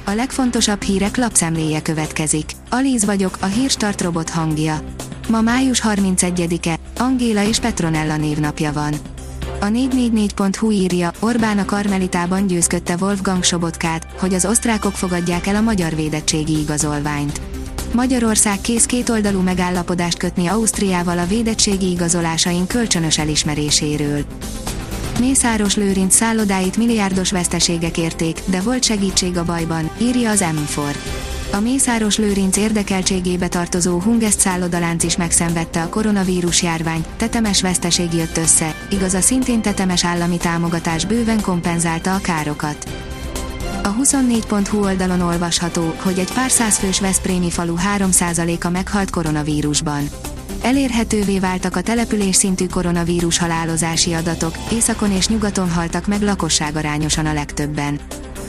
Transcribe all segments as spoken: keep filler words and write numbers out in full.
A legfontosabb hírek lapszemléje következik. Alíz vagyok, a Hírstart robot hangja. Ma május harmincegyedike, Angéla és Petronella névnapja van. A négy négy négy pont hu írja, Orbán a Karmelitában győzködte Wolfgang Sobotkát, hogy az osztrákok fogadják el a magyar védettségi igazolványt. Magyarország kész kétoldalú megállapodást kötni Ausztriával a védettségi igazolásaink kölcsönös elismeréséről. Mészáros Lőrinc szállodáit milliárdos veszteségek érték, de volt segítség a bajban, írja az M négy. A Mészáros Lőrinc érdekeltségébe tartozó Hungest szállodalánc is megszenvedte a koronavírus járvány, tetemes veszteség jött össze, igaz a szintén tetemes állami támogatás bőven kompenzálta a károkat. A huszonnégy pont hu oldalon olvasható, hogy egy pár százfős veszprémi falu három százaléka meghalt koronavírusban. Elérhetővé váltak a település szintű koronavírus halálozási adatok, északon és nyugaton haltak meg lakosságarányosan a legtöbben.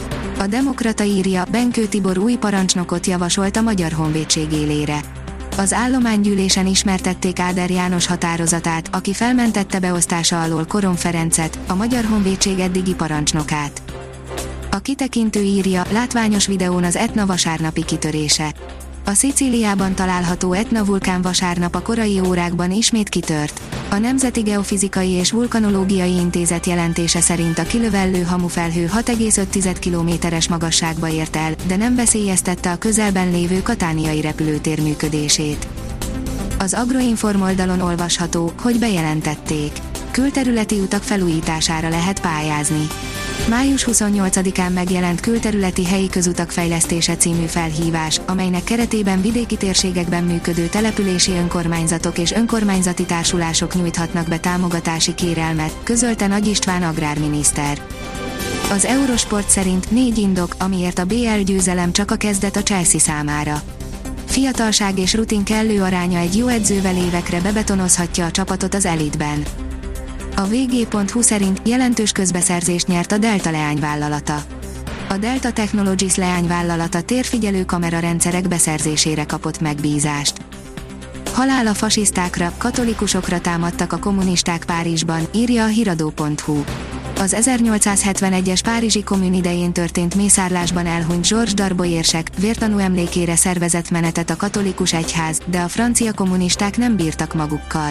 A Demokrata írja, Benkő Tibor új parancsnokot javasolt a Magyar Honvédség élére. Az állománygyűlésen ismertették Áder János határozatát, aki felmentette beosztása alól Koron Ferencet, a Magyar Honvédség eddigi parancsnokát. A kitekintő írja, látványos videón az Etna vasárnapi kitörése. A Szicíliában található Etna vulkán vasárnap a korai órákban ismét kitört. A Nemzeti Geofizikai és Vulkanológiai Intézet jelentése szerint a kilövellő hamufelhő hat egész öt kilométeres magasságba ért el, de nem veszélyeztette a közelben lévő katániai repülőtér működését. Az Agroinform oldalon olvasható, hogy bejelentették. Külterületi utak felújítására lehet pályázni. május huszonnyolcadikán megjelent Külterületi helyi közutak fejlesztése című felhívás, amelynek keretében vidéki térségekben működő települési önkormányzatok és önkormányzati társulások nyújthatnak be támogatási kérelmet, közölte Nagy István agrárminiszter. Az Eurosport szerint négy indok, amiért a bé el győzelem csak a kezdet a Chelsea számára. Fiatalság és rutin kellő aránya egy jó edzővel évekre bebetonozhatja a csapatot az elitben. A vé gé pont hu szerint jelentős közbeszerzést nyert a Delta leányvállalata. A Delta Technologies leányvállalata térfigyelő kamerarendszerek beszerzésére kapott megbízást. Halál a fasisztákra, katolikusokra támadtak a kommunisták Párizsban, írja a hiradó pont hu. Az ezernyolcszázhetvenegyes párizsi kommun idején történt mészárlásban elhunyt Georges Darboy érsek, vértanú emlékére szervezett menetet a katolikus egyház, de a francia kommunisták nem bírtak magukkal.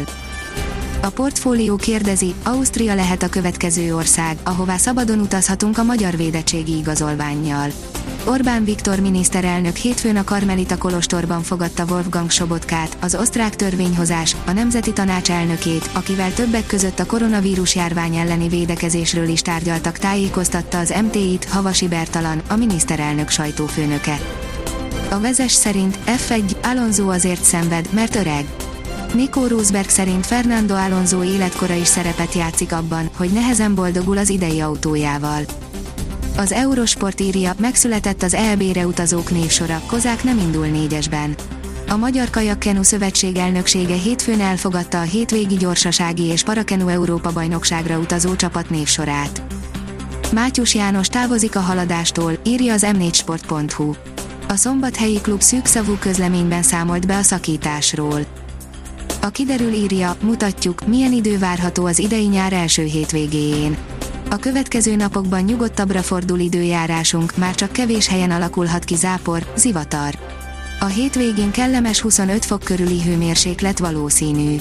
A Portfólió kérdezi, Ausztria lehet a következő ország, ahová szabadon utazhatunk a magyar védettségi igazolvánnyal. Orbán Viktor miniszterelnök hétfőn a Karmelita kolostorban fogadta Wolfgang Sobotkát, az osztrák törvényhozás, a Nemzeti Tanács elnökét, akivel többek között a koronavírus járvány elleni védekezésről is tárgyaltak, tájékoztatta az em té í-t Havasi Bertalan, a miniszterelnök sajtófőnöke. A Vezes szerint ef egy, Alonso azért szenved, mert öreg. Nico Rosberg szerint Fernando Alonso életkora is szerepet játszik abban, hogy nehezen boldogul az idei autójával. Az Eurosport írja, megszületett az é bé-re utazók névsora, Kozák nem indul négyesben. A Magyar Kajakkenu Szövetség elnöksége hétfőn elfogadta a hétvégi gyorsasági és parakenu Európa-bajnokságra utazó csapat névsorát. Mátyus János távozik a haladástól, írja az em négy sport pont hu. A szombathelyi klub szűkszavú közleményben számolt be a szakításról. A Kiderül írja, mutatjuk, milyen idő várható az idei nyár első hétvégéjén. A következő napokban nyugodtabbra fordul időjárásunk, már csak kevés helyen alakulhat ki zápor, zivatar. A hétvégén kellemes huszonöt fok körüli hőmérséklet valószínű.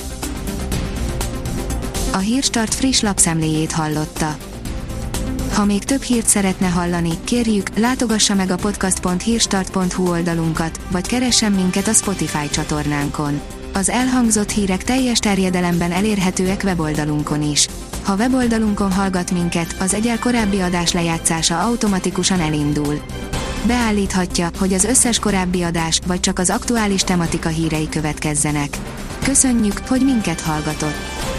A Hírstart friss lapszemléjét hallotta. Ha még több hírt szeretne hallani, kérjük, látogassa meg a podcast pont hírstart pont hu oldalunkat, vagy keressen minket a Spotify csatornánkon. Az elhangzott hírek teljes terjedelemben elérhetőek weboldalunkon is. Ha weboldalunkon hallgat minket, az egyel korábbi adás lejátszása automatikusan elindul. Beállíthatja, hogy az összes korábbi adás, vagy csak az aktuális tematika hírei következzenek. Köszönjük, hogy minket hallgatott!